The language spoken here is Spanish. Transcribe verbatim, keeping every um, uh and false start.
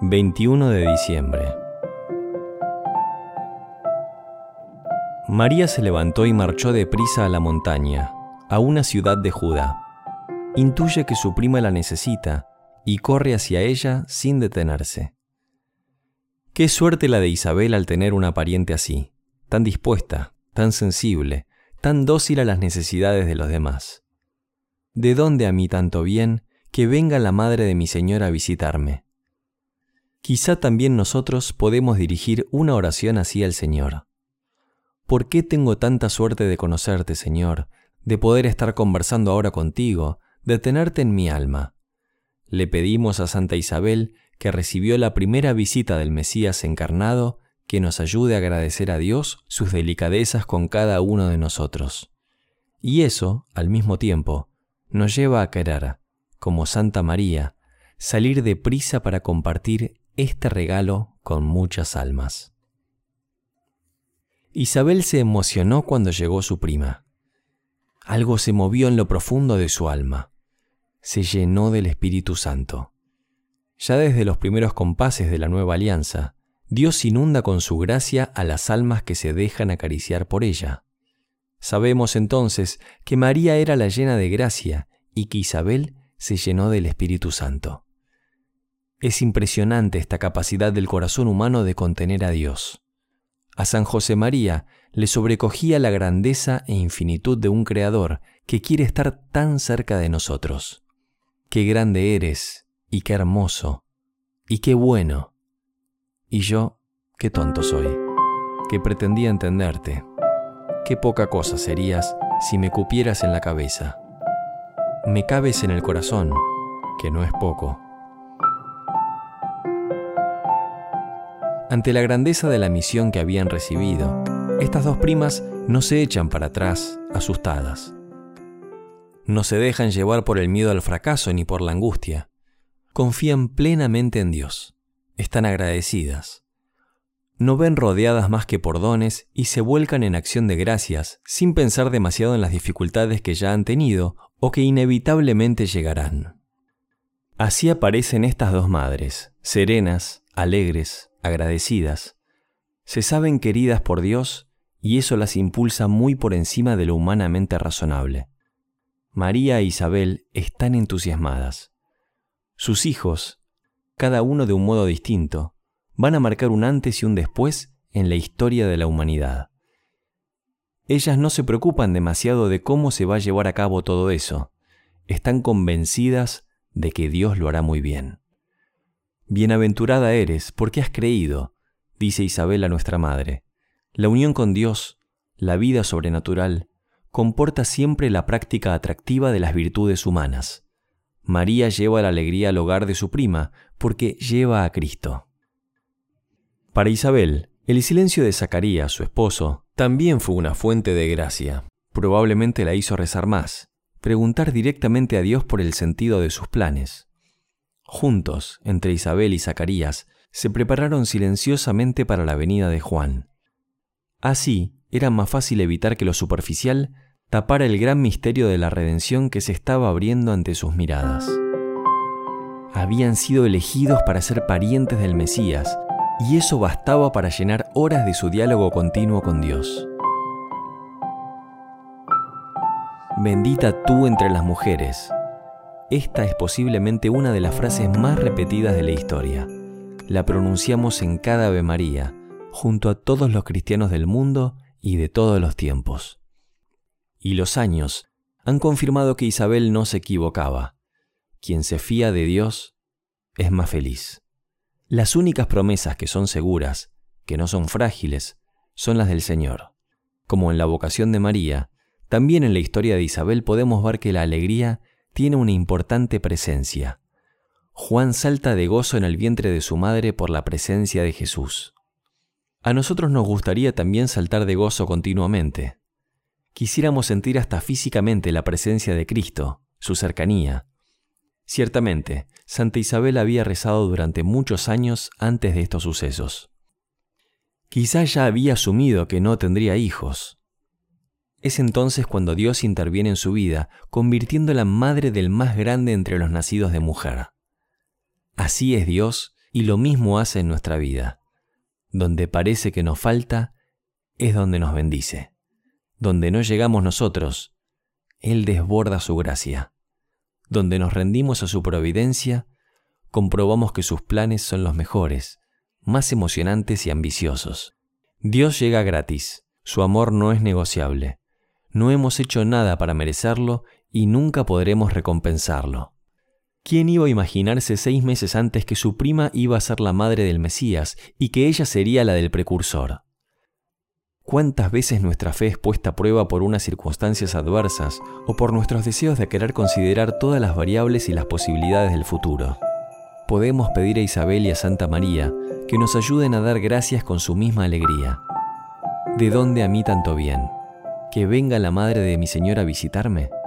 veintiuno de diciembre. María se levantó y marchó deprisa a la montaña, a una ciudad de Judá. Intuye que su prima la necesita y corre hacia ella sin detenerse. Qué suerte la de Isabel al tener una pariente así, tan dispuesta, tan sensible, tan dócil a las necesidades de los demás. ¿De dónde a mí tanto bien que venga la madre de mi Señor a visitarme? Quizá también nosotros podemos dirigir una oración así al Señor. ¿Por qué tengo tanta suerte de conocerte, Señor, de poder estar conversando ahora contigo, de tenerte en mi alma? Le pedimos a Santa Isabel, que recibió la primera visita del Mesías encarnado, que nos ayude a agradecer a Dios sus delicadezas con cada uno de nosotros. Y eso, al mismo tiempo, nos lleva a querer, como Santa María, salir deprisa para compartir este regalo con muchas almas. Isabel se emocionó cuando llegó su prima. Algo se movió en lo profundo de su alma. Se llenó del Espíritu Santo. Ya desde los primeros compases de la nueva alianza, Dios inunda con su gracia a las almas que se dejan acariciar por ella. Sabemos entonces que María era la llena de gracia y que Isabel se llenó del Espíritu Santo. Es impresionante esta capacidad del corazón humano de contener a Dios. A San José María le sobrecogía la grandeza e infinitud de un Creador que quiere estar tan cerca de nosotros. ¡Qué grande eres! Y qué hermoso, y qué bueno. Y yo, qué tonto soy, que pretendía entenderte. Qué poca cosa serías si me cupieras en la cabeza. Me cabes en el corazón, que no es poco. Ante la grandeza de la misión que habían recibido, estas dos primas no se echan para atrás, asustadas. No se dejan llevar por el miedo al fracaso ni por la angustia. Confían plenamente en Dios. Están agradecidas. No ven rodeadas más que por dones y se vuelcan en acción de gracias sin pensar demasiado en las dificultades que ya han tenido o que inevitablemente llegarán. Así aparecen estas dos madres, serenas, alegres, agradecidas. Se saben queridas por Dios y eso las impulsa muy por encima de lo humanamente razonable. María e Isabel están entusiasmadas. Sus hijos, cada uno de un modo distinto, van a marcar un antes y un después en la historia de la humanidad. Ellas no se preocupan demasiado de cómo se va a llevar a cabo todo eso. Están convencidas de que Dios lo hará muy bien. Bienaventurada eres porque has creído, dice Isabel a nuestra madre. La unión con Dios, la vida sobrenatural, comporta siempre la práctica atractiva de las virtudes humanas. María lleva la alegría al hogar de su prima porque lleva a Cristo. Para Isabel, el silencio de Zacarías, su esposo, también fue una fuente de gracia. Probablemente la hizo rezar más, preguntar directamente a Dios por el sentido de sus planes. Juntos, entre Isabel y Zacarías, se prepararon silenciosamente para la venida de Juan. Así, era más fácil evitar que lo superficial tapara el gran misterio de la redención que se estaba abriendo ante sus miradas. Habían sido elegidos para ser parientes del Mesías, y eso bastaba para llenar horas de su diálogo continuo con Dios. Bendita tú entre las mujeres. Esta es posiblemente una de las frases más repetidas de la historia. La pronunciamos en cada Ave María, junto a todos los cristianos del mundo y de todos los tiempos. Y los años han confirmado que Isabel no se equivocaba. Quien se fía de Dios es más feliz. Las únicas promesas que son seguras, que no son frágiles, son las del Señor. Como en la vocación de María, también en la historia de Isabel podemos ver que la alegría tiene una importante presencia. Juan salta de gozo en el vientre de su madre por la presencia de Jesús. A nosotros nos gustaría también saltar de gozo continuamente. Quisiéramos sentir hasta físicamente la presencia de Cristo, su cercanía. Ciertamente, Santa Isabel había rezado durante muchos años antes de estos sucesos. Quizá ya había asumido que no tendría hijos. Es entonces cuando Dios interviene en su vida, convirtiéndola en madre del más grande entre los nacidos de mujer. Así es Dios y lo mismo hace en nuestra vida. Donde parece que nos falta, es donde nos bendice. Donde no llegamos nosotros, Él desborda su gracia. Donde nos rendimos a su providencia, comprobamos que sus planes son los mejores, más emocionantes y ambiciosos. Dios llega gratis, su amor no es negociable. No hemos hecho nada para merecerlo y nunca podremos recompensarlo. ¿Quién iba a imaginarse seis meses antes que su prima iba a ser la madre del Mesías y que ella sería la del precursor? ¿Cuántas veces nuestra fe es puesta a prueba por unas circunstancias adversas o por nuestros deseos de querer considerar todas las variables y las posibilidades del futuro? Podemos pedir a Isabel y a Santa María que nos ayuden a dar gracias con su misma alegría. ¿De dónde a mí tanto bien? ¿Que venga la madre de mi Señor a visitarme?